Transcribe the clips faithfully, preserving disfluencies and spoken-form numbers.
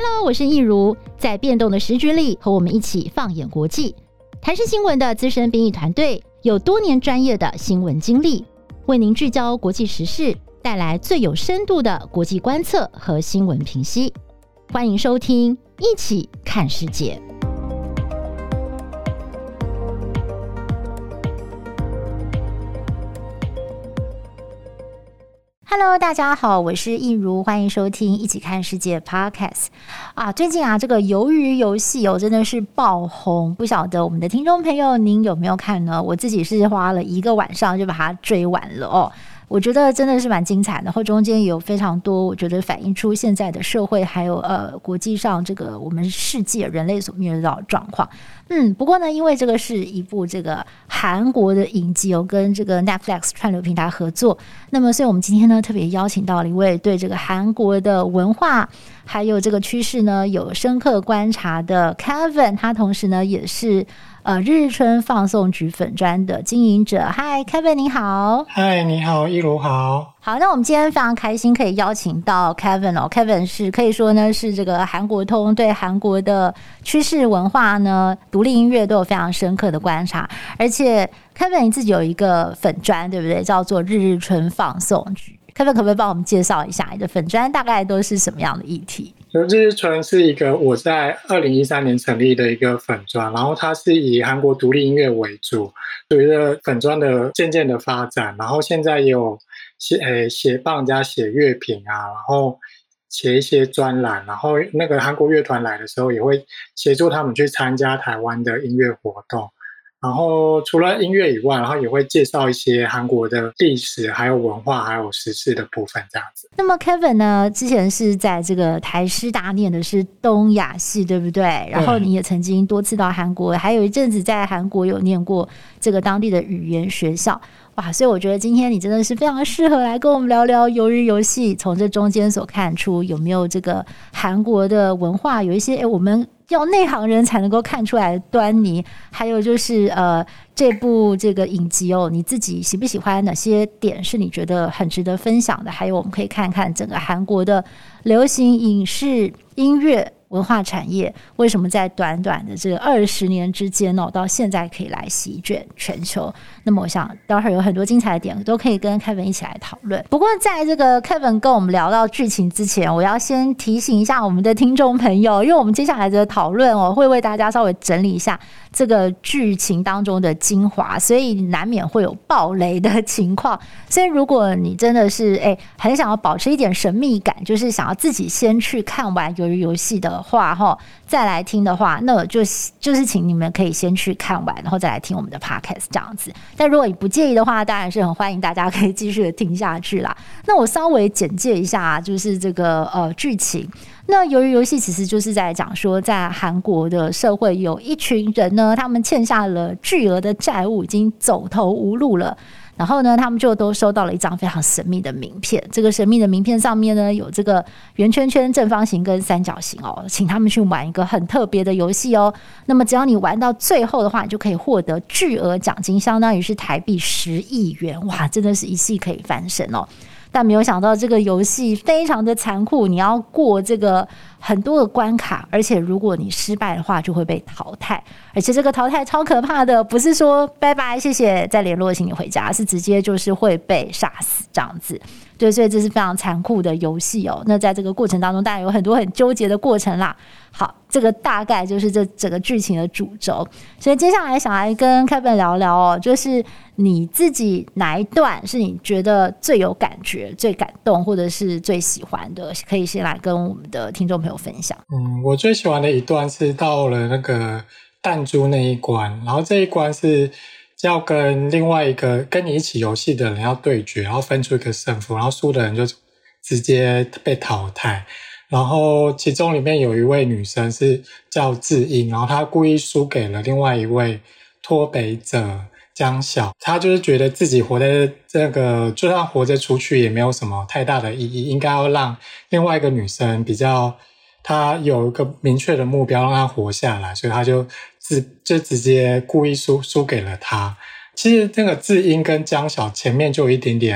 Hello， 我是易如，在变动的时局里，和我们一起放眼国际。台视新闻的资深编译团队有多年专业的新闻经历，为您聚焦国际时事，带来最有深度的国际观测和新闻评析。欢迎收听，一起看世界。Hello， 大家好，我是易如，欢迎收听一起看世界 Podcast 啊。最近啊，这个鱿鱼游戏哦，真的是爆红，不晓得我们的听众朋友您有没有看呢？我自己是花了一个晚上就把它追完了哦。我觉得真的是蛮精彩的，然后中间也有非常多我觉得反映出现在的社会还有呃国际上这个我们世界人类所面对到的状况。嗯，不过呢，因为这个是一部这个韩国的影集，有跟这个 Netflix 串流平台合作，那么所以我们今天呢特别邀请到了一位对这个韩国的文化还有这个趋势呢有深刻观察的 Kevin， 他同时呢也是呃日春放送局粉专的经营者。嗨 Kevin 你好。 嗨你好，一如好。 好，那我们今天非常开心可以邀请到 Kevin 哦 ，Kevin 是可以说呢是这个韩国通，对韩国的趋势文化呢、独立音乐都有非常深刻的观察，而且 Kevin 你自己有一个粉专，对不对？叫做日日春放送局。Kevin 可不可以帮我们介绍一下你的粉专大概都是什么样的议题？ 日日春是一个我在二零一三年成立的一个粉专，然后它是以韩国独立音乐为主，随着粉专的渐渐的发展，然后现在也有写诶写帮人家写乐评啊，然后写一些专栏，然后那个韩国乐团来的时候也会协助他们去参加台湾的音乐活动。然后除了音乐以外，然后也会介绍一些韩国的历史还有文化还有时事的部分这样子。 那么 Kevin 呢之前是在这个台师大念的是东亚系，对不对？然后你也曾经多次到韩国，还有一阵子在韩国有念过这个当地的语言学校。哇，所以我觉得今天你真的是非常适合来跟我们聊聊鱿鱼游戏，从这中间所看出有没有这个韩国的文化有一些诶我们要内行人才能够看出来的端倪，还有就是呃这部这个影集哦，你自己喜不喜欢？哪些点是你觉得很值得分享的？还有我们可以看看整个韩国的流行影视、音乐文化产业为什么在短短的这个二十年之间哦，到现在可以来席卷全球。那么我想待会儿有很多精彩的点都可以跟 Kevin 一起来讨论。不过在这个 Kevin 跟我们聊到剧情之前，我要先提醒一下我们的听众朋友，因为我们接下来的讨论哦，会为大家稍微整理一下这个剧情当中的精华，所以难免会有爆雷的情况。所以如果你真的是哎很想要保持一点神秘感，就是想要自己先去看完鱿鱼游戏的话齁，再来听的话，那就就是请你们可以先去看完，然后再来听我们的 podcast 这样子。但如果你不介意的话，当然是很欢迎大家可以继续的听下去啦。那我稍微简介一下，就是这个呃剧情。那鱿鱼游戏其实就是在讲说，在韩国的社会有一群人呢，他们欠下了巨额的债务，已经走投无路了。然后呢，他们就都收到了一张非常神秘的名片。这个神秘的名片上面呢，有这个圆圈圈、正方形跟三角形哦，请他们去玩一个很特别的游戏哦。那么只要你玩到最后的话，你就可以获得巨额奖金，相当于是台币十亿元。哇，真的是一夕可以翻身哦。但没有想到这个游戏非常的残酷，你要过这个很多的关卡，而且如果你失败的话就会被淘汰，而且这个淘汰超可怕的，不是说拜拜谢谢再联络请你回家，是直接就是会被杀死这样子。对，所以这是非常残酷的游戏哦。那在这个过程当中当然有很多很纠结的过程啦。好，这个大概就是这整个剧情的主轴。所以接下来想来跟 Kevin 聊聊哦，就是你自己哪一段是你觉得最有感觉、最感动或者是最喜欢的，可以先来跟我们的听众朋友分享。 嗯，我最喜欢的一段是到了那个弹珠那一关，然后这一关是要跟另外一个跟你一起游戏的人要对决，然后分出一个胜负，然后输的人就直接被淘汰。然后其中里面有一位女生是叫智英，然后她故意输给了另外一位脱北者江晓，她就是觉得自己活在这个就算活着出去也没有什么太大的意义，应该要让另外一个女生比较她有一个明确的目标让她活下来，所以她就自就直接故意输输给了她。其实这个智英跟江晓前面就有一点点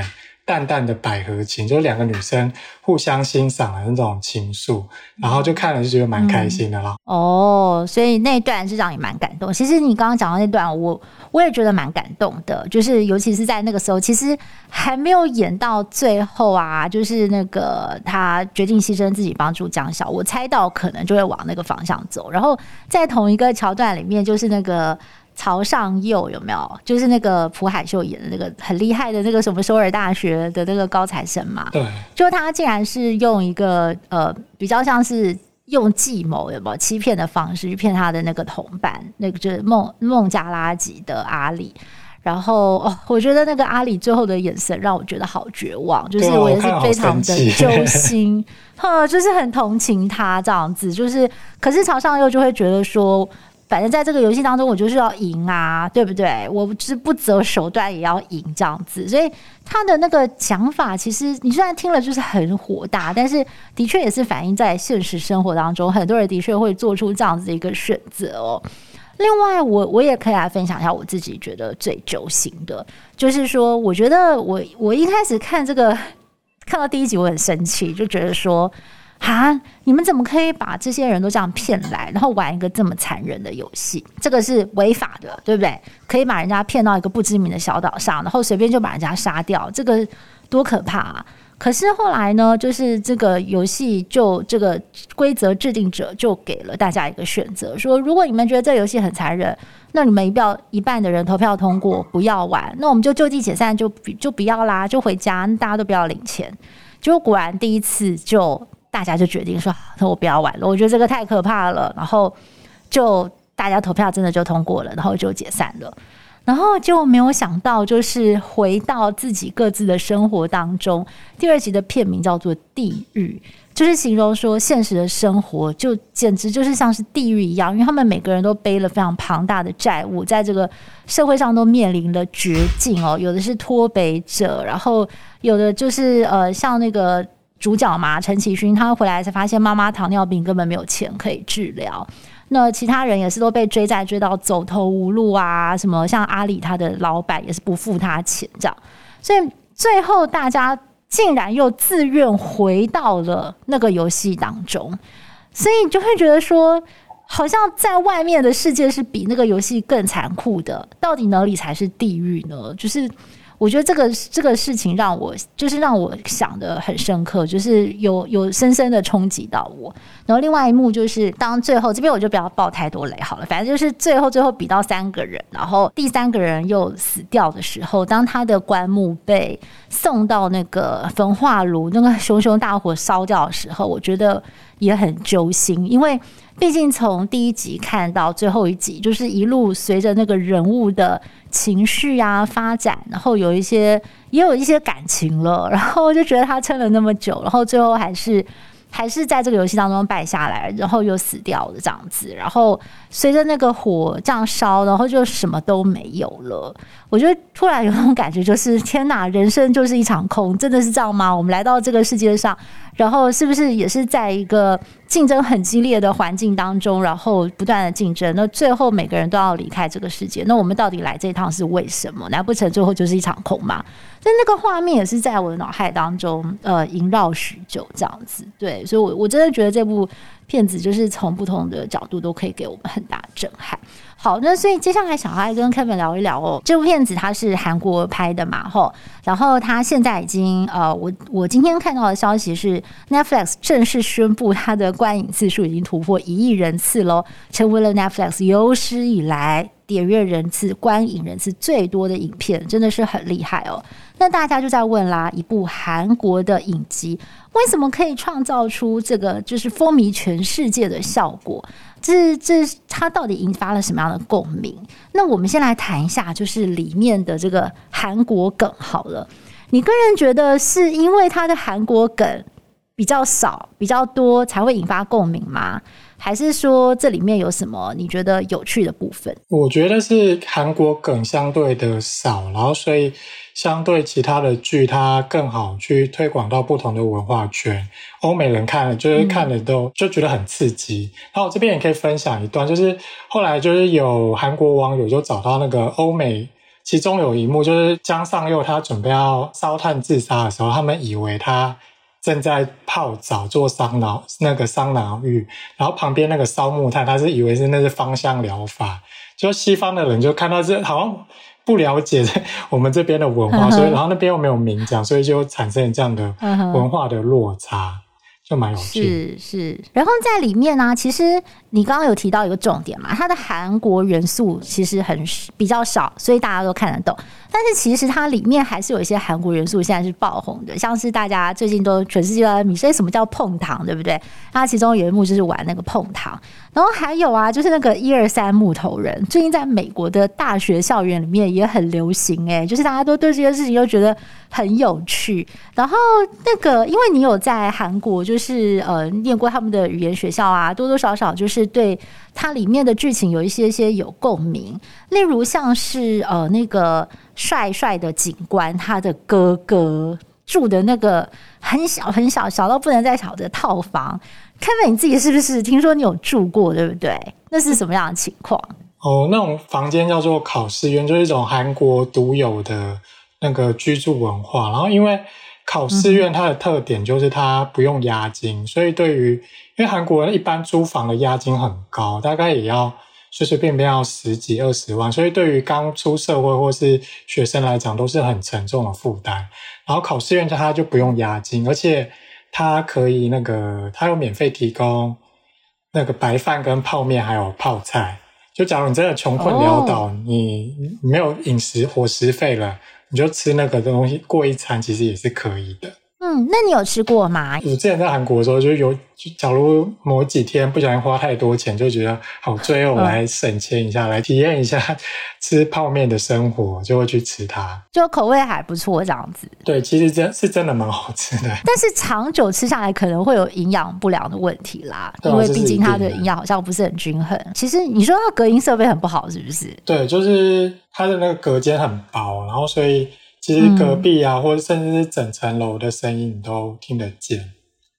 淡淡的百合情，就是两个女生互相欣赏的那种情愫，然后就看了就觉得蛮开心的啦、 嗯、哦，所以那一段是让你蛮感动。其实你刚刚讲到那段我我也觉得蛮感动的，就是尤其是在那个时候其实还没有演到最后啊，就是那个他决定牺牲自己帮助江晓，我猜到可能就会往那个方向走。然后在同一个桥段里面，就是那个曹尚佑有没有？就是那个朴海秀演的那个很厉害的那个什么首尔大学的那个高材生嘛？ 对， 就他竟然是用一个呃比较像是用计谋有没有欺骗的方式去骗他的那个同伴，那个就是孟孟加拉籍的阿里。然后哦，我觉得那个阿里最后的眼神让我觉得好绝望，就是我也是非常的揪心，呵，就是很同情他这样子。就是可是曹尚佑就会觉得说，反正在这个游戏当中我就是要赢啊，对不对？我就是不择手段也要赢这样子。所以他的那个想法其实你虽然听了就是很火大，但是的确也是反映在现实生活当中，很多人的确会做出这样子的一个选择哦。另外我我也可以来分享一下我自己觉得最揪心的，就是说我觉得我我一开始看这个看到第一集我很生气，就觉得说啊，你们怎么可以把这些人都这样骗来，然后玩一个这么残忍的游戏？这个是违法的，对不对？可以把人家骗到一个不知名的小岛上，然后随便就把人家杀掉，这个多可怕啊！可是后来呢，就是这个游戏就这个规则制定者就给了大家一个选择，说如果你们觉得这个游戏很残忍，那你们一票一半的人投票通过不要玩，那我们就就地解散，就就不要啦，就回家，大家都不要领钱。结果果然第一次就大家就决定说，那我不要玩了，我觉得这个太可怕了，然后就大家投票真的就通过了，然后就解散了。然后就没有想到，就是回到自己各自的生活当中。第二集的片名叫做《地狱》，就是形容说现实的生活就简直就是像是地狱一样，因为他们每个人都背了非常庞大的债务，在这个社会上都面临了绝境哦。有的是脱北者，然后有的就是呃，像那个主角嘛，陈其勋，他回来才发现妈妈糖尿病根本没有钱可以治疗。那其他人也是都被追债追到走投无路啊，什么像阿里他的老板也是不付他钱这样，所以最后大家竟然又自愿回到了那个游戏当中，所以你就会觉得说，好像在外面的世界是比那个游戏更残酷的，到底哪里才是地狱呢？就是我觉得这个这个事情让我就是让我想得很深刻，就是有有深深的冲击到我。然后另外一幕就是当最后这边我就不要爆太多雷好了，反正就是最后最后比到三个人，然后第三个人又死掉的时候，当他的棺木被送到那个焚化炉，那个熊熊大火烧掉的时候，我觉得也很揪心，因为毕竟从第一集看到最后一集，就是一路随着那个人物的情绪啊发展，然后有一些也有一些感情了，然后就觉得他撑了那么久，然后最后还是还是在这个游戏当中败下来，然后又死掉了这样子，然后随着那个火这样烧，然后就什么都没有了。我觉得突然有那种感觉，就是天哪，人生就是一场空，真的是这样吗？我们来到这个世界上，然后是不是也是在一个竞争很激烈的环境当中，然后不断的竞争，那最后每个人都要离开这个世界，那我们到底来这一趟是为什么？难不成最后就是一场空吗？但那个画面也是在我的脑海当中呃萦绕许久这样子。对，所以我我真的觉得这部片子就是从不同的角度都可以给我们很大的震撼。好，那所以接下来想要跟 Kevin 聊一聊哦，这部片子它是韩国拍的嘛，吼，然后它现在已经呃，我我今天看到的消息是 Netflix 正式宣布它的观影次数已经突破一亿人次咯，成为了 Netflix 有史以来点阅人次、观影人次最多的影片，真的是很厉害哦。那大家就在问啦，一部韩国的影集为什么可以创造出这个就是风靡全世界的效果？这这它到底引发了什么样的共鸣？那我们先来谈一下，就是里面的这个韩国梗好了。你个人觉得是因为它的韩国梗比较少、比较多才会引发共鸣吗？还是说这里面有什么你觉得有趣的部分？ 我觉得是韩国梗相对的少，然后所以相对其他的剧它更好去推广到不同的文化圈，欧美人看了就是看了都、嗯、就觉得很刺激。然后我这边也可以分享一段，就是后来就是有韩国网友就找到那个欧美其中有一幕就是江上佑他准备要烧炭自杀的时候，他们以为他正在泡澡做桑拿那个桑拿浴，然后旁边那个烧木炭他是以为是那是芳香疗法，就西方的人就看到这好像不了解我们这边的文化，所以然后那边又没有明讲，所以就产生这样的文化的落差，就蛮有趣的。是是，然后在里面呢、啊，其实你刚刚有提到一个重点嘛，它的韩国元素其实很比较少，所以大家都看得懂。但是其实它里面还是有一些韩国元素现在是爆红的，像是大家最近都全世界都在迷，所以什么叫碰糖，对不对？它其中有一幕就是玩那个碰糖，然后还有啊，就是那个一二三木头人，最近在美国的大学校园里面也很流行哎、欸，就是大家都对这件事情都觉得很有趣。然后那个，因为你有在韩国就是呃念过他们的语言学校啊，多多少少就是对它里面的剧情有一些些有共鸣，例如像是呃那个帅帅的警官他的哥哥住的那个很小很小小到不能再小的套房。Kevin 你自己是不是听说你有住过，对不对？那是什么样的情况？ 哦，那种房间叫做考试院，就是一种韩国独有的那个居住文化。然后因为考试院它的特点就是它不用押金，嗯、所以对于因为韩国人一般租房的押金很高，大概也要随随便便要十几二十万，所以对于刚出社会或是学生来讲都是很沉重的负担。然后考试院它就不用押金，而且它可以那个它有免费提供那个白饭跟泡面还有泡菜，就假如你真的穷困潦倒、oh. 你没有饮食伙食费了，你就吃那个东西过一餐其实也是可以的。 嗯，那你有吃过吗？ 我之前在韩国的时候就有，就假如某几天不小心花太多钱，就觉得好罪恶，我来省钱一下、嗯、来体验一下吃泡面的生活，就会去吃它， 就口味还不错这样子。 对，其实真是真的蛮好吃的， 但是长久吃下来可能会有营养不良的问题啦，因为毕竟它的营养好像不是很均衡。其实你说它隔音设备很不好是不是？ 对，就是它的那个隔间很薄，然后所以其实隔壁啊、嗯、或者甚至是整层楼的声音你都听得见。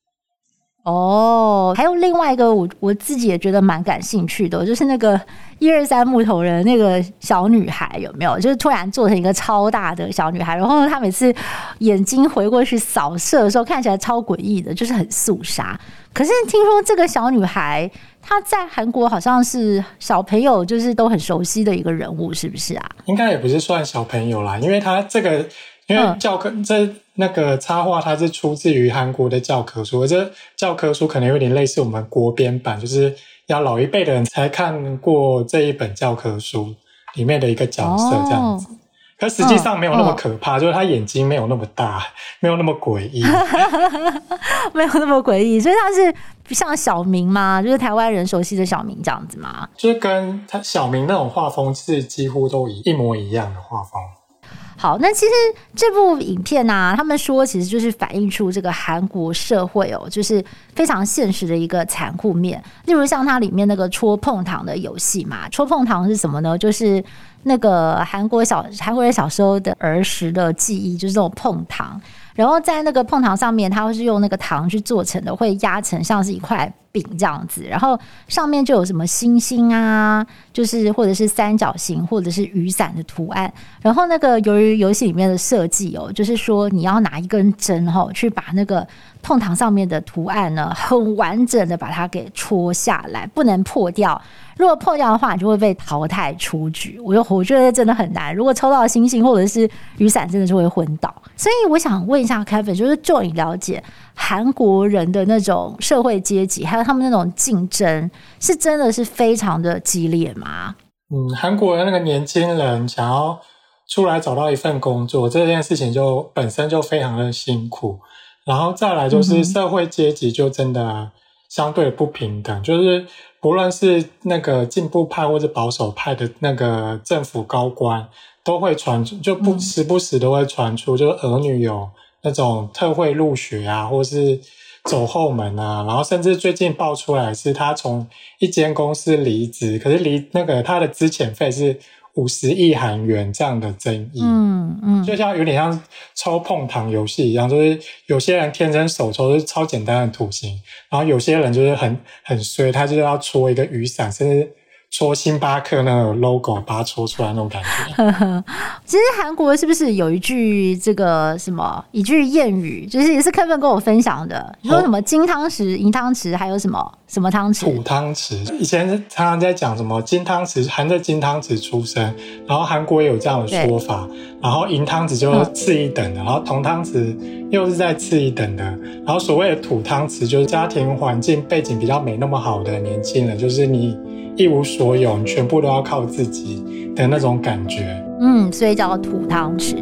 哦，还有另外一个我我自己也觉得蛮感兴趣的，就是那个一二三木头人那个小女孩有没有？就是突然做成一个超大的小女孩，然后她每次眼睛回过去扫射的时候，看起来超诡异的，就是很肃杀。可是听说这个小女孩她在韩国好像是小朋友就是都很熟悉的一个人物，是不是啊？ 应该也不是算小朋友啦，因为她这个因为教科、嗯、这那个插画它是出自于韩国的教科书，这教科书可能有点类似我们国编版，就是要老一辈的人才看过这一本教科书里面的一个角色这样子。哦，可实际上没有那么可怕，哦、就是他眼睛没有那么大，没有那么诡异， 没有那么诡异，所以他是像小明吗？就是台湾人熟悉的小明这样子吗？ 就是跟他小明那种画风是几乎都一模一样的画风。 好，那其实这部影片啊，他们说其实就是反映出这个韩国社会哦，就是非常现实的一个残酷面。例如像它里面那个戳碰糖的游戏嘛，戳碰糖是什么呢？就是那个韩国小韩国人小时候的儿时的记忆，就是这种碰糖。然后在那个碰糖上面，它会是用那个糖去做成的，会压成像是一块饼这样子，然后上面就有什么星星啊，就是或者是三角形或者是雨伞的图案。然后那个由于游戏里面的设计哦，就是说你要拿一根针哦，去把那个碰糖上面的图案呢，很完整的把它给戳下来，不能破掉。如果破掉的话，你就会被淘汰出局。我我觉得真的很难。如果抽到星星或者是雨伞，真的就会昏倒。所以我想问一下 Kevin， 就是就你了解韩国人的那种社会阶级，还有他们那种竞争，是真的是非常的激烈吗？ 嗯，韩国的那个年轻人想要出来找到一份工作，这件事情就本身就非常的辛苦。然后再来就是社会阶级就真的相对不平等，就是不论是那个进步派或者保守派的那个政府高官都会传出，就不时不时都会传出，就是儿女有那种特惠入学啊，或是走后门啊，然后甚至最近爆出来是他从一间公司离职，可是离那个他的资遣费是五十亿韩元这样的争议。嗯嗯，就像有点像抽碰糖游戏一样，就是有些人天生手抽就是超简单的图形，然后有些人就是很很衰，他就是要戳一个雨伞，甚至戳星巴克那个 logo 把它戳出来那种感觉。 其实韩国是不是有一句这个什么一句谚语，就是也是 Kevin 跟我分享的，说什么金汤匙、银汤匙，还有什么什么汤匙？ 土汤匙。以前常常在讲什么金汤匙含着金汤匙出生，然后韩国也有这样的说法。然后银汤匙就次一等的，嗯、然后铜汤匙又是在次一等的。然后所谓的土汤匙，就是家庭环境背景比较没那么好的年轻人，就是你一无所有，你全部都要靠自己的那种感觉。 嗯，所以叫土汤匙。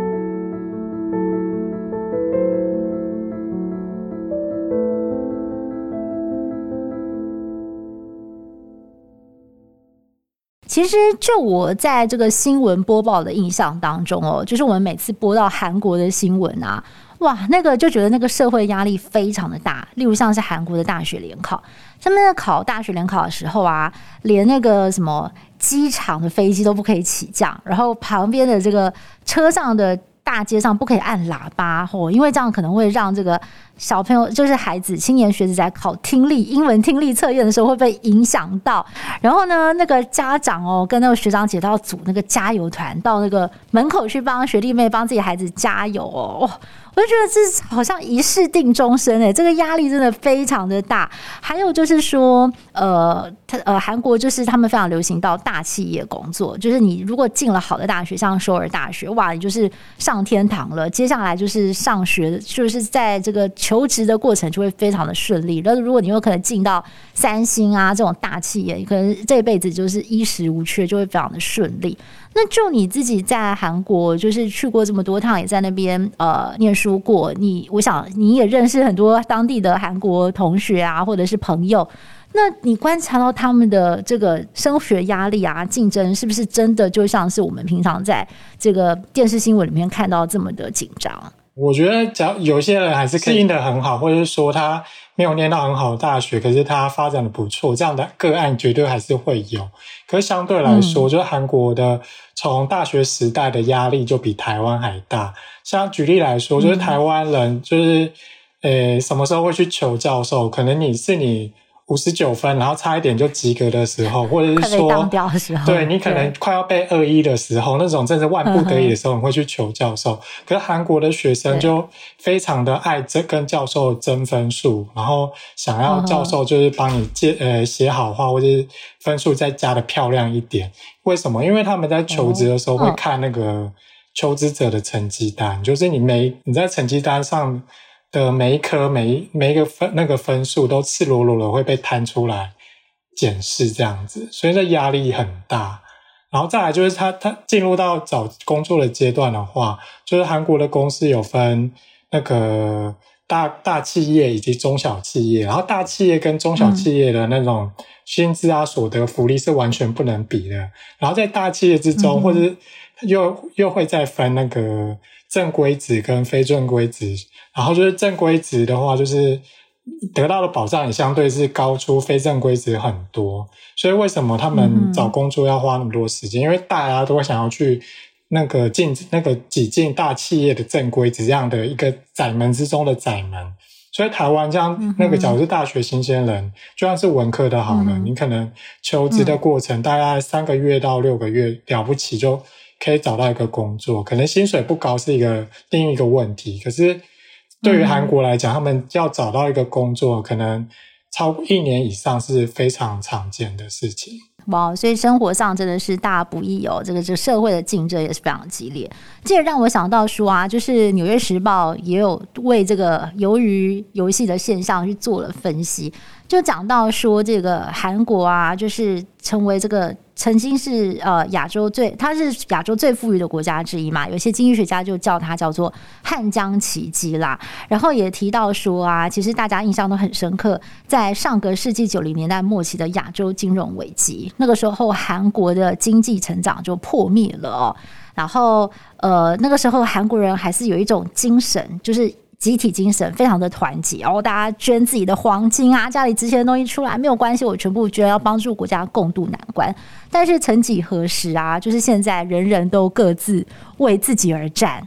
其实就我在这个新闻播报的印象当中哦，就是我们每次播到韩国的新闻啊，哇，那个就觉得那个社会压力非常的大。例如像是韩国的大学联考，他们在考大学联考的时候啊，连那个什么机场的飞机都不可以起降，然后旁边的这个车上的大街上不可以按喇叭哦，因为这样可能会让这个小朋友，就是孩子、青年学子在考听力、英文听力测验的时候会被影响到。然后呢，那个家长哦，跟那个学长姐都要组那个加油团，到那个门口去帮学弟妹、帮自己孩子加油哦。我就觉得这好像一试定终身哎，这个压力真的非常的大。还有就是说，呃，呃，韩国就是他们非常流行到大企业工作，就是你如果进了好的大学，像首尔大学，哇，你就是上天堂了。接下来就是上学，就是在这个求职的过程就会非常的顺利。然后如果你有可能进到三星啊这种大企业，可能这辈子就是衣食无缺，就会非常的顺利。那就你自己在韩国就是去过这么多趟，也在那边呃念书过，你我想你也认识很多当地的韩国同学啊，或者是朋友。那你观察到他们的这个升学压力啊、竞争，是不是真的就像是我们平常在这个电视新闻里面看到这么的紧张？ 我觉得只要有些人还是适应的很好，或者是说他没有念到很好的大学，可是他发展的不错，这样的个案绝对还是会有。可是相对来说，嗯、就是韩国的从大学时代的压力就比台湾还大。像举例来说，就是台湾人就是呃什么时候会去求教授？可能你是你五十九分，然后差一点就及格的时候，或者是说当掉的时候， 对，你可能快要被二一的时候，那种真是万不得已的时候，你会去求教授。可是韩国的学生就非常的爱跟教授争分数，然后想要教授就是帮你借呃写好话，或者是分数再加的漂亮一点。为什么？因为他们在求职的时候会看那个求职者的成绩单，就是你每你在成绩单上的每一科每一每一个分那个分数都赤裸裸的会被摊出来检视这样子，所以这压力很大。然后再来就是他他进入到找工作的阶段的话，就是韩国的公司有分那个大大企业以及中小企业，然后大企业跟中小企业的那种薪资啊、所得福利是完全不能比的。然后在大企业之中，嗯、或者又又会再分那个正规职跟非正规职。然后就是正规职的话，就是得到的保障也相对是高出非正规职很多。所以为什么他们找工作要花那么多时间？嗯、因为大家都会想要去那个进那个挤进大企业的正规职这样的一个窄门之中的窄门。所以台湾这样那个假如是大学新鲜人，嗯、就算是文科的好了，嗯、你可能求职的过程大概三个月到六个月了不起就可以找到一个工作，可能薪水不高是一个另一个问题。可是对于韩国来讲，他们要找到一个工作，可能超过一年以上是非常常见的事情。 哇，所以生活上真的是大不易哦，这个这社会的竞争也是非常激烈。这也让我想到说啊，就是《纽约时报》也有为这个鱿鱼游戏的现象去做了分析，就讲到说这个韩国啊，就是成为这个曾经是呃亚洲最，它是亚洲最富裕的国家之一嘛，有些经济学家就叫它叫做汉江奇迹啦。然后也提到说啊，其实大家印象都很深刻，在上个世纪九零年代末期的亚洲金融危机，那个时候韩国的经济成长就破灭了哦。然后呃那个时候韩国人还是有一种精神，就是集体精神非常的团结，然后大家捐自己的黄金啊，家里值钱的东西出来没有关系，我全部捐，要帮助国家共度难关。但是曾几何时啊，就是现在人人都各自为自己而战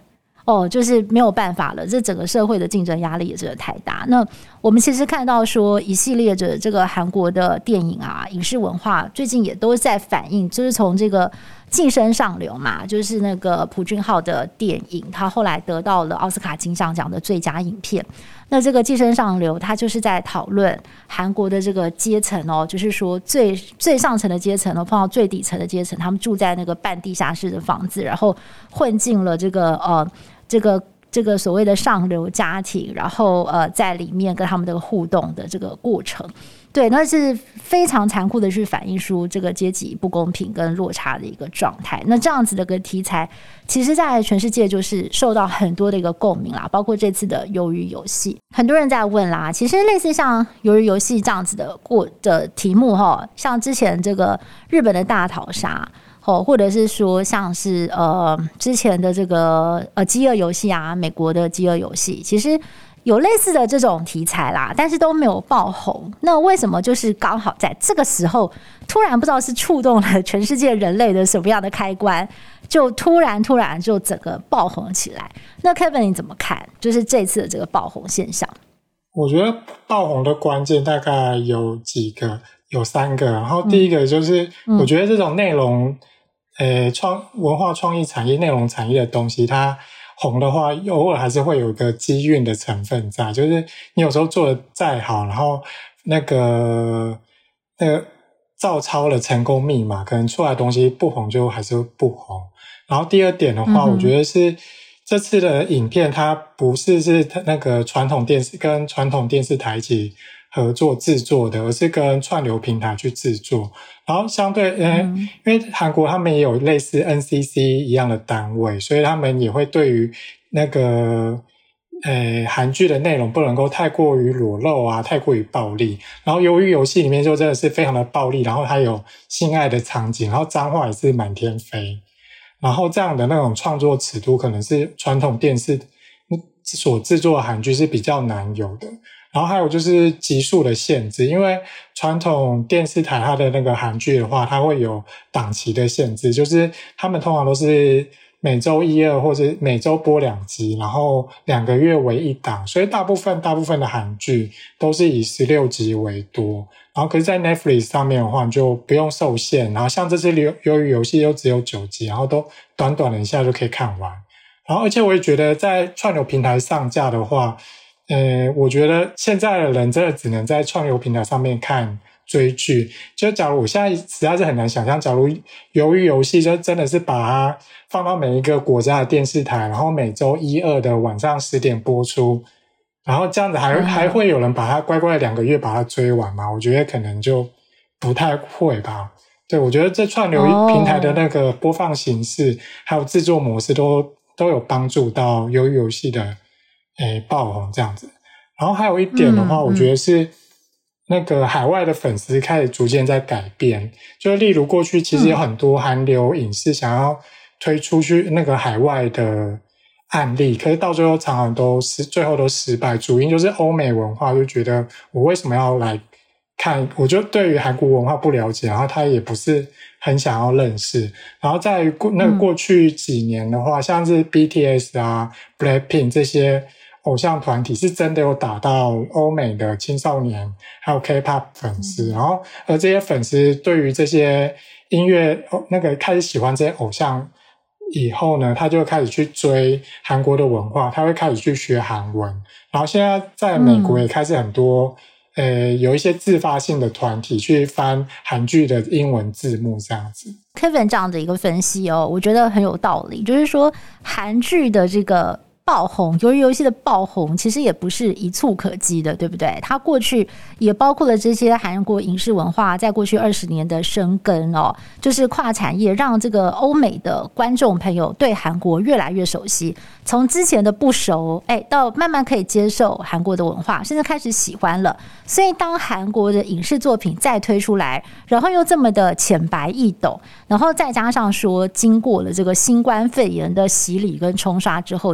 哦，就是没有办法了，这整个社会的竞争压力也真的太大。那我们其实看到说一系列的这个韩国的电影啊，影视文化最近也都在反映，就是从这个寄生上流嘛，就是那个朴俊浩的电影，他后来得到了奥斯卡金像奖的最佳影片。那这个寄生上流，他就是在讨论韩国的这个阶层哦，就是说最最上层的阶层哦，碰到最底层的阶层，他们住在那个半地下室的房子，然后混进了这个呃这个。这个所谓的上流家庭，然后呃，在里面跟他们的互动的这个过程，对，那是非常残酷的去反映出这个阶级不公平跟落差的一个状态。那这样子的一个题材，其实在全世界就是受到很多的一个共鸣啦，包括这次的鱿鱼游戏，很多人在问啦，其实类似像鱿鱼游戏这样子的过的题目哈，像之前这个日本的大逃杀。哦，或者是说像是呃之前的这个呃饥饿游戏啊，美国的饥饿游戏，其实有类似的这种题材啦，但是都没有爆红。那为什么就是刚好在这个时候，突然不知道是触动了全世界人类的什么样的开关，就突然突然就整个爆红起来？那 Kevin 你怎么看？就是这次的这个爆红现象？ 我觉得爆红的关键大概有几个，有三个。然后第一个就是，我觉得这种内容。嗯呃，创文化创意产业、内容产业的东西，它红的话，偶尔还是会有一个机运的成分在。就是你有时候做的再好，然后那个那个照抄了成功密码，可能出来的东西不红就还是不红。然后第二点的话，嗯、我觉得是这次的影片，它不是是那个传统电视跟传统电视台一起合作制作的，而是跟串流平台去制作。然后相对呃、嗯，因为韩国他们也有类似 N C C 一样的单位，所以他们也会对于那个呃韩剧的内容不能够太过于裸露啊，太过于暴力。然后由于游戏里面就真的是非常的暴力，然后还有性爱的场景，然后脏话也是满天飞。然后这样的那种创作尺度可能是传统电视所制作的韩剧是比较难有的。然后还有就是集数的限制，因为传统电视台它的那个韩剧的话，它会有档期的限制，就是他们通常都是每周一二或者每周播两集，然后两个月为一档，所以大部分大部分的韩剧都是以十六集为多。然后可是在 Netflix 上面的话你就不用受限，然后像这次鱿鱼游戏又只有九集，然后都短短的一下就可以看完。然后而且我也觉得在串流平台上架的话，呃，我觉得现在的人真的只能在串流平台上面看追剧。就假如我现在实在是很难想象，假如鱿鱼游戏就真的是把它放到每一个国家的电视台，然后每周一二的晚上十点播出，然后这样子还、嗯、还会有人把它乖乖的两个月把它追完吗？我觉得可能就不太会吧。对，我觉得这串流平台的那个播放形式、哦、还有制作模式都都有帮助到鱿鱼游戏的诶爆红这样子。然后还有一点的话、嗯、我觉得是那个海外的粉丝开始逐渐在改变，就例如过去其实有很多韩流影视想要推出去那个海外的案例，可是到最后常常都是最后都失败，主因就是欧美文化就觉得我为什么要来看，我就对于韩国文化不了解，然后他也不是很想要认识。然后在那个过去几年的话、嗯、像是 B T S 啊 Blackpink 这些偶像团体是真的有打到欧美的青少年还有 K-pop 粉丝、嗯、然后而这些粉丝对于这些音乐那个开始喜欢这些偶像以后呢，他就开始去追韩国的文化，他会开始去学韩文。然后现在在美国也开始很多、嗯、呃有一些自发性的团体去翻韩剧的英文字幕这样子。 Kevin 这样的一个分析哦，我觉得很有道理，就是说韩剧的这个爆红，鱿鱼游戏的爆红其实也不是一蹴可及的，对不对？它过去也包括了这些韩国影视文化在过去二十年的生根哦，就是跨产业让这个欧美的观众朋友对韩国越来越熟悉，从之前的不熟哎，到慢慢可以接受韩国的文化，甚至开始喜欢了。所以当韩国的影视作品再推出来，然后又这么的浅白易懂，然后再加上说经过了这个新冠肺炎的洗礼跟冲刷之后，其实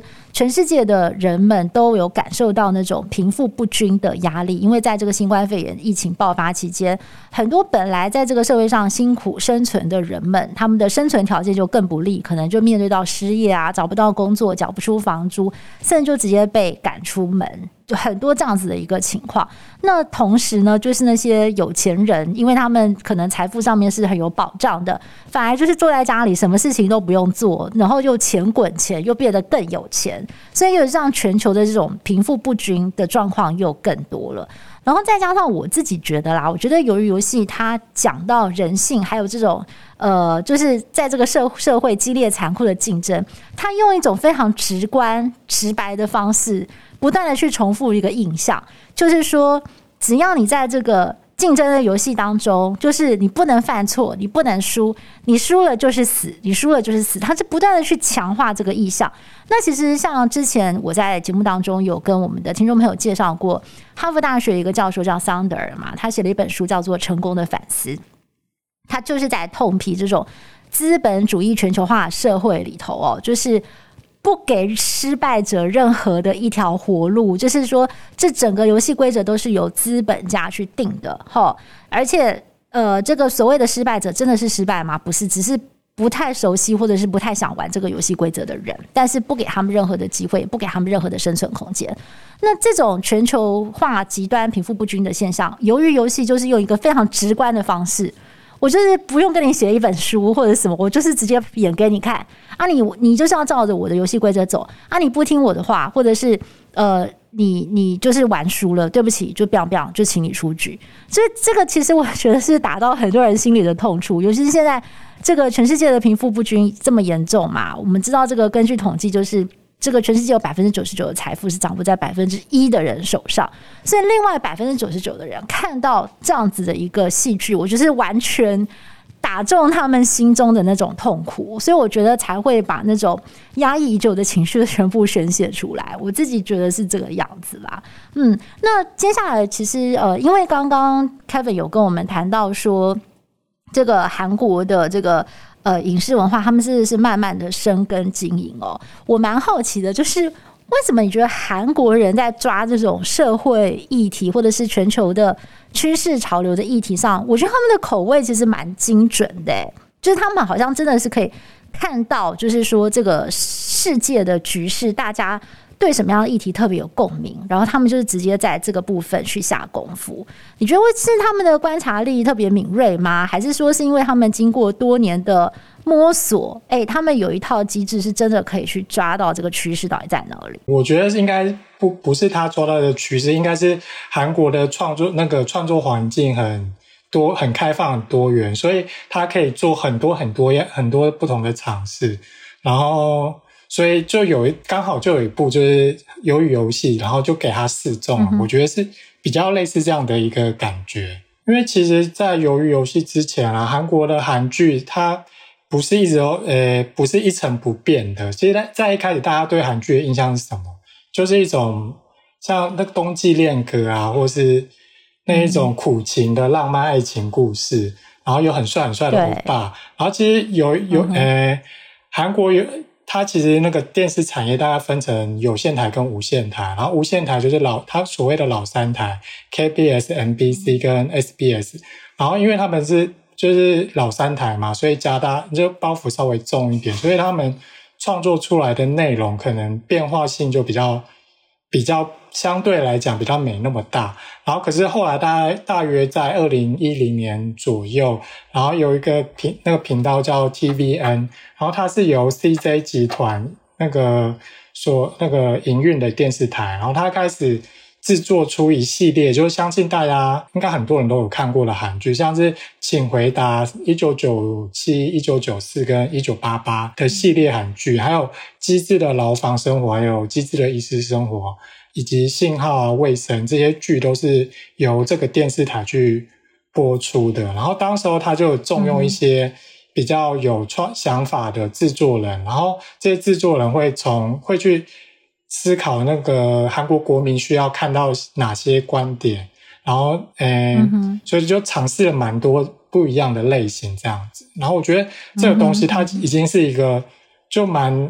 全世界的人们都有感受到那种贫富不均的压力，因为在这个新冠肺炎疫情爆发期间，很多本来在这个社会上辛苦生存的人们，他们的生存条件就更不利，可能就面对到失业啊，找不到工作，缴不出房租，甚至就直接被赶出门，就很多这样子的一个情况。那同时呢，就是那些有钱人，因为他们可能财富上面是很有保障的，反而就是坐在家里什么事情都不用做，然后又钱滚钱，又变得更有钱，所以又让全球的这种贫富不均的状况又更多了。然后再加上我自己觉得啦，我觉得鱿鱼游戏它讲到人性，还有这种呃，就是在这个社社会激烈残酷的竞争，它用一种非常直观直白的方式不断的去重复一个印象，就是说只要你在这个竞争的游戏当中，就是你不能犯错，你不能输，你输了就是死，你输了就是死，它是不断的去强化这个意象。那其实像之前我在节目当中有跟我们的听众朋友介绍过，哈佛大学一个教授叫桑德尔嘛，他写了一本书叫做《成功的反思》，他就是在痛批这种资本主义全球化社会里头哦，就是不给失败者任何的一条活路，就是说这整个游戏规则都是由资本家去定的，而且呃，这个所谓的失败者真的是失败吗？不是，只是不太熟悉或者是不太想玩这个游戏规则的人，但是不给他们任何的机会，不给他们任何的生存空间。那这种全球化极端贫富不均的现象，由于游戏就是用一个非常直观的方式，我就是不用跟你写一本书或者什么，我就是直接演给你看啊你！你你就是要照着我的游戏规则走啊！你不听我的话，或者是呃，你你就是玩输了，对不起，就 biang biang 就请你出局。所以这个其实我觉得是打到很多人心里的痛处，尤其是现在这个全世界的贫富不均这么严重嘛，我们知道这个根据统计就是。这个全世界有百分之九十九的财富是掌握在百分之一的人手上，所以另外百分之九十九的人看到这样子的一个戏剧，我觉得是完全打中他们心中的那种痛苦，所以我觉得才会把那种压抑已久的情绪全部宣泄出来。我自己觉得是这个样子啦。嗯，那接下来其实呃，因为刚刚 Kevin 有跟我们谈到说，这个韩国的这个。呃，影视文化他们是是慢慢的生根经营哦。我蛮好奇的，就是为什么你觉得韩国人在抓这种社会议题或者是全球的趋势潮流的议题上，我觉得他们的口味其实蛮精准的，就是他们好像真的是可以看到，就是说这个世界的局势，大家对什么样的议题特别有共鸣，然后他们就是直接在这个部分去下功夫。你觉得是他们的观察力特别敏锐吗？还是说是因为他们经过多年的摸索，哎，他们有一套机制是真的可以去抓到这个趋势到底在哪里？ 我觉得应该不不是他抓到的趋势，应该是韩国的创作那个创作环境很多、很开放、很多元，所以他可以做很多很多很多不同的尝试，然后。所以就有刚好就有一部就是鱿鱼游戏，然后就给他示众、嗯、我觉得是比较类似这样的一个感觉。因为其实在鱿鱼游戏之前啊，韩国的韩剧它不是一直都呃不是一成不变的。其实在一开始大家对韩剧的印象是什么？就是一种像那个冬季恋歌啊，或是那一种苦情的浪漫爱情故事，然后有很帅很帅的欧巴，然后其实有有、嗯、呃韩国有它其实那个电视产业大概分成有线台跟无线台，然后无线台就是老它所谓的老三台 K B S、M B C 跟 S B S， 然后因为他们是就是老三台嘛，所以加大就包袱稍微重一点，所以他们创作出来的内容可能变化性就比较比较相对来讲比较没那么大。然后可是后来大概大约在二零一零年左右，然后有一个频那个频道叫 T V N， 然后它是由 C J 集团那个所那个营运的电视台，然后它开始制作出一系列就是相信大家应该很多人都有看过的韩剧，像是请回答一九九七、一九九四跟一九八八的系列韩剧，还有机智的牢房生活，还有机智的医师生活，以及信号啊、卫生，这些剧都是由这个电视台去播出的。然后当时候他就重用一些比较有创想法的制作人，然后这些制作人会从会去思考那个韩国国民需要看到哪些观点，然后呃、嗯，所以就尝试了蛮多不一样的类型这样子。然后我觉得这个东西它已经是一个就蛮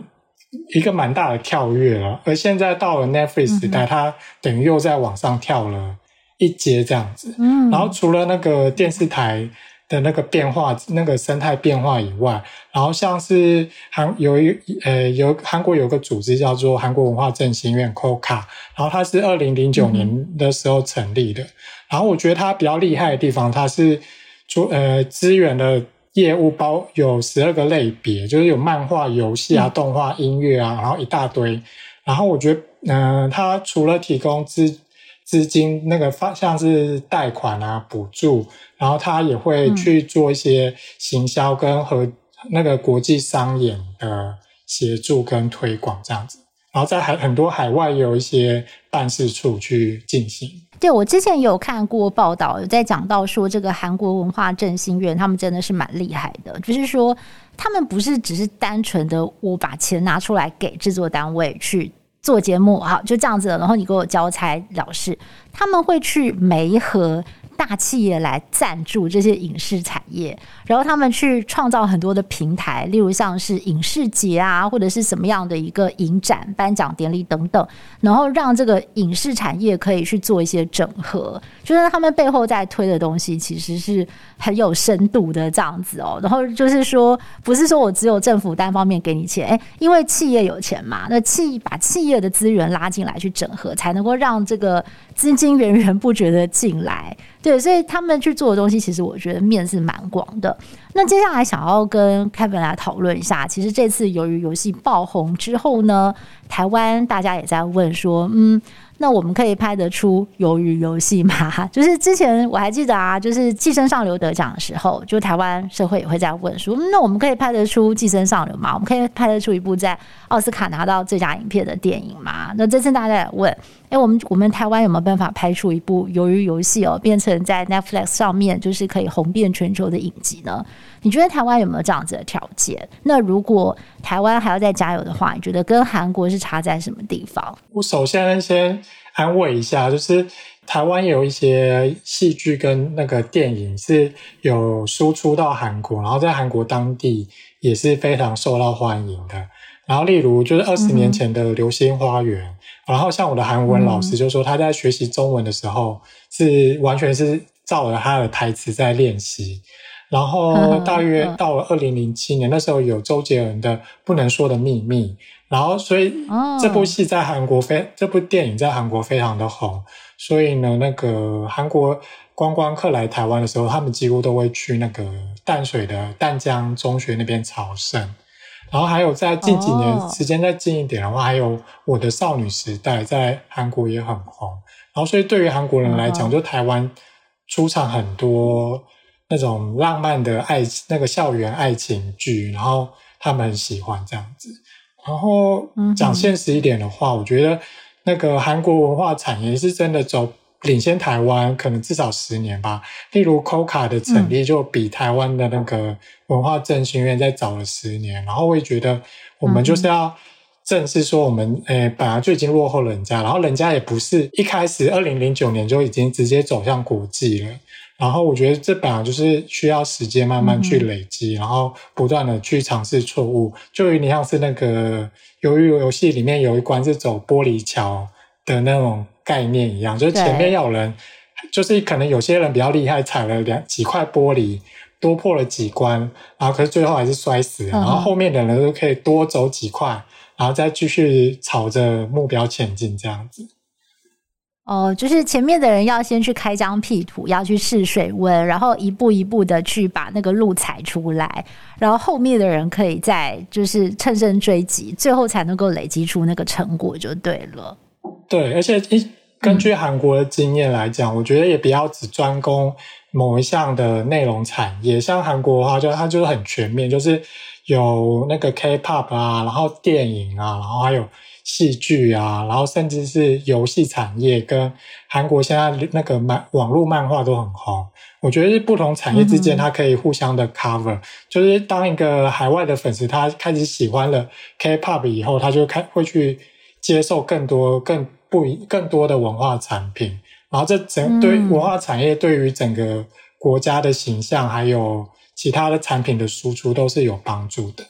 一个蛮大的跳跃了。而现在到了 Netflix 时代，嗯、它等于又在往上跳了一阶这样子。嗯，然后除了那个电视台的那个变化，那个生态变化以外，然后像是韩有一呃有韩国有个组织叫做韩国文化振兴院 C O C A， 然后它是二零零九年的时候成立的。嗯、然后我觉得它比较厉害的地方，它是呃资源的业务包有十二个类别，就是有漫画、游戏啊、动画、音乐啊，然后一大堆。然后我觉得嗯、呃，它除了提供资资金那个像是贷款啊补助，然后他也会去做一些行销跟和那个国际商演的协助跟推广这样子，然后在海很多海外也有一些办事处去进行。 对，我之前也有看过报道，有在讲到说这个韩国文化振兴院他们真的是蛮厉害的，就是说他们不是只是单纯的我把钱拿出来给制作单位去做节目，好就这样子了，然后你给我交差了事，他们会去媒合大企业来赞助这些影视产业，然后他们去创造很多的平台，例如像是影视节啊，或者是什么样的一个影展、颁奖典礼等等，然后让这个影视产业可以去做一些整合，就是他们背后在推的东西其实是很有深度的这样子哦。然后就是说，不是说我只有政府单方面给你钱，哎，因为企业有钱嘛，那企把企业的资源拉进来去整合，才能够让这个资金源源不绝的进来。对，所以他们去做的东西，其实我觉得面是蛮广的。那接下来想要跟 Kevin 来讨论一下，其实这次鱿鱼游戏爆红之后呢，台湾大家也在问说，嗯，那我们可以拍得出鱿鱼游戏吗？就是之前我还记得啊，就是寄生上流得奖的时候，就台湾社会也会在问说，嗯，那我们可以拍得出寄生上流吗？我们可以拍得出一部在奥斯卡拿到最佳影片的电影吗？那这次大家也问，哎，我们我们台湾有没有办法拍出一部鱿鱼游戏哦，变成在 Netflix 上面就是可以红遍全球的影集呢？你觉得台湾有没有这样子的条件？那如果台湾还要再加油的话，你觉得跟韩国是差在什么地方？ 我首先先安慰一下，就是台湾有一些戏剧跟那个电影是有输出到韩国，然后在韩国当地也是非常受到欢迎的。然后例如就是二十年前的《流星花园》嗯，然后像我的韩文老师就说他在学习中文的时候是完全是照着他的台词在练习。然后大约到了二零零七年，那时候有周杰伦的《不能说的秘密》，然后所以这部戏在韩国非这部电影在韩国非常的红，所以呢，那个韩国观光客来台湾的时候，他们几乎都会去那个淡水的淡江中学那边朝圣。然后还有在近几年时间再近一点的话，还有《我的少女时代》在韩国也很红。然后所以对于韩国人来讲，就台湾出场很多那种浪漫的爱那个校园爱情剧，然后他们很喜欢这样子。然后讲现实一点的话，我觉得那个韩国文化产业是真的走领先台湾可能至少十年吧。例如 C O C A 的成立就比台湾的那个文化振兴院再早了十年，然后我也觉得我们就是要正视说我们诶本来就已经落后人家，然后人家也不是一开始二零零九年就已经直接走向国际了。然后我觉得这本来就是需要时间慢慢去累积，嗯、然后不断的去尝试错误。就有点像是那个鱿鱼游戏里面有一关是走玻璃桥的那种概念一样，就是前面要有人，就是可能有些人比较厉害，踩了两几块玻璃，多破了几关，然后可是最后还是摔死了。嗯、然后后面的人都可以多走几块，然后再继续朝着目标前进，这样子。 哦，就是前面的人要先去开疆辟土，要去试水温，然后一步一步的去把那个路踩出来，然后后面的人可以再就是乘胜追击，最后才能够累积出那个成果就对了。 对，而且根据韩国的经验来讲，嗯、我觉得也不要只专攻某一项的内容产业，像韩国的话就它就是很全面，就是有那个 K-pop 啊，然后电影啊，然后还有戏剧啊，然后甚至是游戏产业，跟韩国现在那个漫网络漫画都很红。我觉得是不同产业之间它可以互相的 cover，嗯、就是当一个海外的粉丝他开始喜欢了 K-pop 以后，他就开会去接受更多更不更多的文化产品，然后这整对文化产业对于整个国家的形象还有其他的产品的输出都是有帮助的。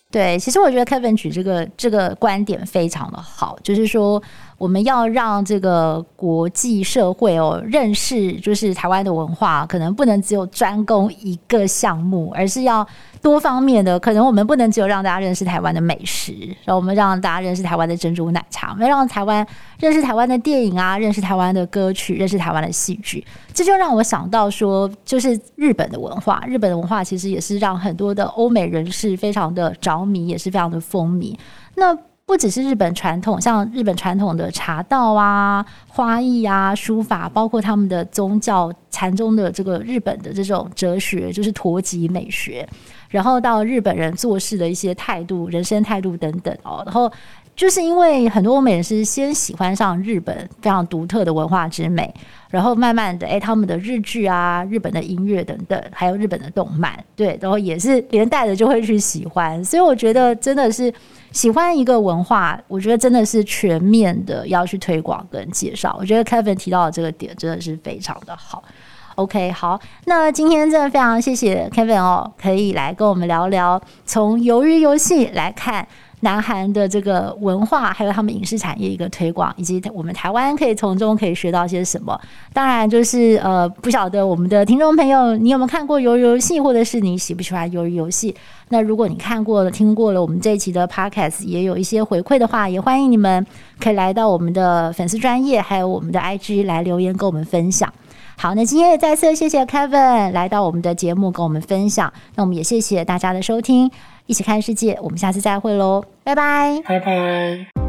对，其实我觉得 Kevin 举这个这个观点非常的好，就是说我们要让这个国际社会哦认识，就是台湾的文化，可能不能只有专攻一个项目，而是要多方面的。可能我们不能只有让大家认识台湾的美食，然后我们让大家认识台湾的珍珠奶茶，我们让台湾认识台湾的电影啊，认识台湾的歌曲，认识台湾的戏剧。这就让我想到说，就是日本的文化，日本的文化其实也是让很多的欧美人士非常的着迷，也是非常的风靡。那不只是日本传统，像日本传统的茶道啊、花艺啊、书法，包括他们的宗教禅宗的这个日本的这种哲学，就是陀吉美学，然后到日本人做事的一些态度、人生态度等等哦，然后就是因为很多欧美人是先喜欢上日本非常独特的文化之美，然后慢慢的哎，他们的日剧啊、日本的音乐等等，还有日本的动漫，对，然后也是连带的就会去喜欢。所以我觉得真的是喜欢一个文化，我觉得真的是全面的要去推广跟介绍。我觉得 Kevin 提到的这个点真的是非常的好。OK， 好，那今天真的非常谢谢 Kevin 哦，可以来跟我们聊聊从鱿鱼游戏来看南韩的这个文化，还有他们影视产业一个推广，以及我们台湾可以从中可以学到些什么。当然就是呃，不晓得我们的听众朋友你有没有看过鱿鱼游戏，或者是你喜不喜欢鱿鱼游戏。那如果你看过了听过了我们这一期的 Podcast 也有一些回馈的话，也欢迎你们可以来到我们的粉丝专页还有我们的 I G 来留言跟我们分享。好，那今天也再次谢谢 Kevin 来到我们的节目跟我们分享，那我们也谢谢大家的收听，一起看世界，我们下次再会咯，拜拜， 拜拜。